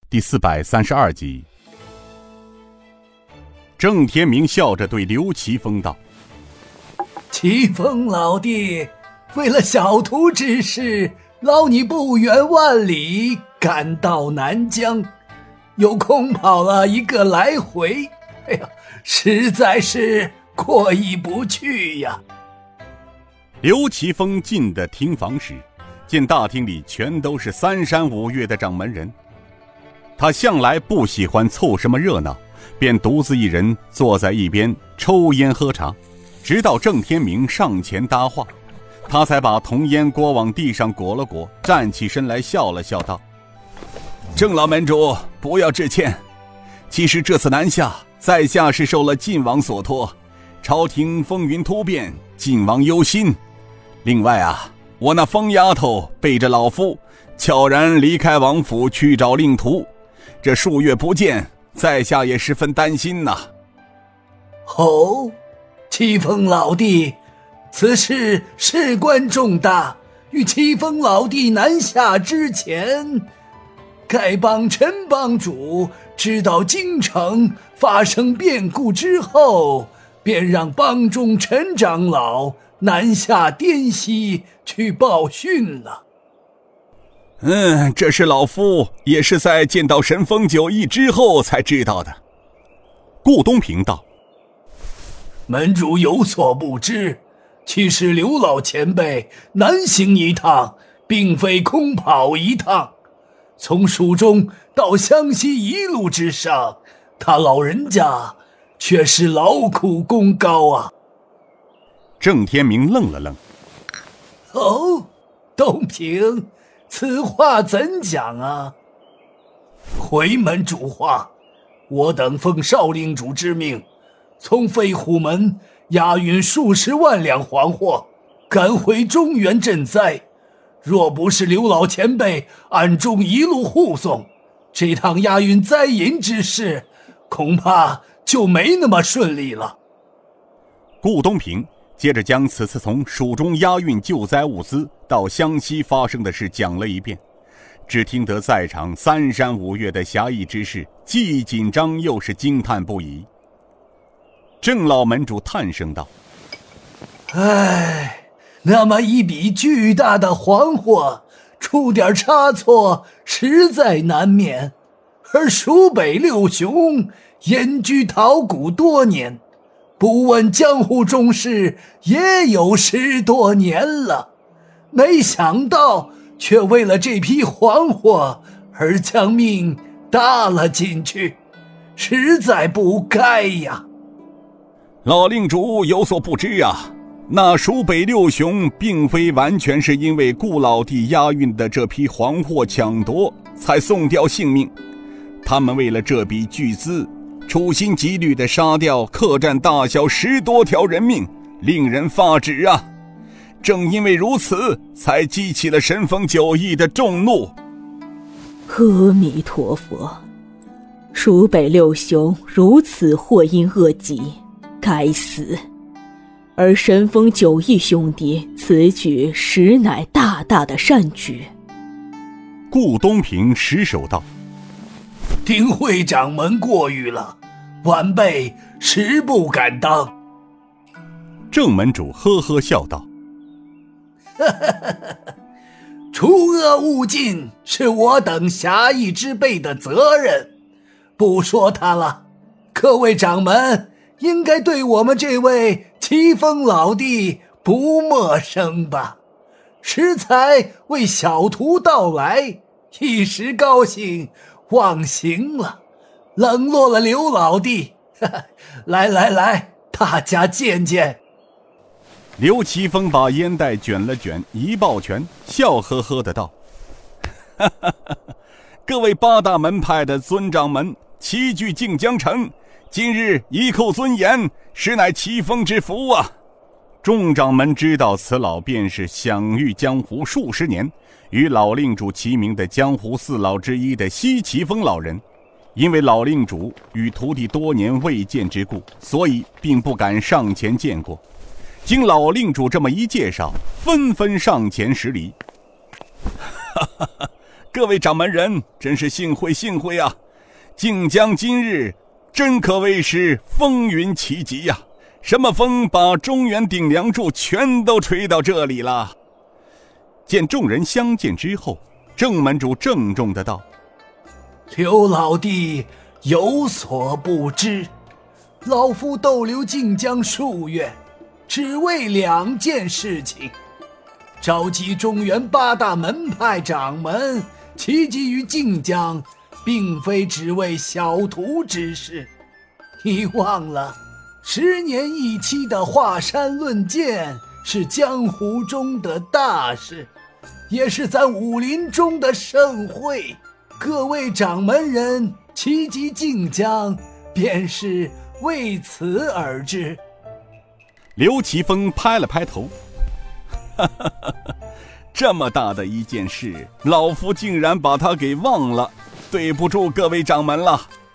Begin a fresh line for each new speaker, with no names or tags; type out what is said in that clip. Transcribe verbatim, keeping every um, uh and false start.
第四百三十二集。郑天明笑着对刘奇峰道：
奇峰老弟，为了小徒之事，劳你不远万里赶到南疆，又空跑了一个来回，哎呀，实在是过意不去呀。
刘奇峰进的厅房时，见大厅里全都是三山五岳的掌门人，他向来不喜欢凑什么热闹，便独自一人坐在一边抽烟喝茶，直到郑天明上前搭话，他才把铜烟锅往地上裹了裹，站起身来笑了笑道：郑老门主不要致歉，其实这次南下，在下是受了晋王所托，朝廷风云突变，晋王忧心。另外啊，我那疯丫头背着老夫悄然离开王府去找令徒，这数月不见，在下也十分担心呐。
哦，奇峰老弟，此事事关重大，与奇峰老弟南下之前，该帮陈帮主知道京城发生变故之后，便让帮中陈长老南下滇西去报讯了。
嗯，这是老夫也是在见到神风九翼之后才知道的。顾东平道：
门主有所不知，其实刘老前辈南行一趟，并非空跑一趟，从蜀中到湘西一路之上，他老人家却是劳苦功高啊。
郑天明愣了愣：
哦，东平，此话怎讲啊？回门主话，我等奉少令主之命，从飞虎门押运数十万两黄货，赶回中原赈灾。若不是刘老前辈暗中一路护送，这趟押运灾银之事，恐怕就没那么顺利了。
顾东平接着将此次从蜀中押运救灾物资到湘西发生的事讲了一遍，只听得在场三山五岳的侠义之士既紧张又是惊叹不已。郑老门主叹声道：
唉，那么一笔巨大的黄货，出点差错实在难免，而蜀北六雄隐居陶谷多年，不问江湖中事也有十多年了，没想到却为了这批黄货而将命搭了进去，实在不该呀。
老令主有所不知啊，那蜀北六雄并非完全是因为顾老弟押运的这批黄货抢夺才送掉性命，他们为了这笔巨资，处心积虑地杀掉客栈大小十多条人命，令人发指啊！正因为如此，才激起了神风九翼的众怒。
阿弥陀佛，蜀北六雄如此祸因恶己，该死！而神风九翼兄弟此举实乃大大的善举。
顾东平失手道：
丁会掌门过誉了，晚辈实不敢当。
郑门主呵呵笑道：
除恶务尽是我等侠义之辈的责任，不说他了，各位掌门应该对我们这位奇峰老弟不陌生吧？实才为小徒到来，一时高兴忘形了，冷落了刘老弟。来来来，大家见见。
刘奇峰把烟袋卷了卷，一抱拳，笑呵呵的道：哈哈哈，各位八大门派的尊掌门齐聚靖江城，今日一叩尊严，实乃奇峰之福啊！众掌门知道此老便是享誉江湖数十年，与老令主齐名的江湖四老之一的西奇峰老人，因为老令主与徒弟多年未见之故，所以并不敢上前见过。经老令主这么一介绍，纷纷上前施礼。 各位掌门人，真是幸会幸会啊！靖江今日真可谓是风云齐集呀、啊！什么风把中原顶梁柱全都吹到这里了？见众人相见之后，郑门主郑重的道：“
刘老弟有所不知，老夫逗留靖江数月，只为两件事情：召集中原八大门派掌门齐集于靖江，并非只为小徒之事。你忘了，十年一期的华山论剑是江湖中的大事，也是咱武林中的盛会。各位掌门人齐集靖江，便是为此而至。”
刘奇峰拍了拍头，哈哈哈哈，这么大的一件事，老夫竟然把它给忘了，对不住各位掌门了。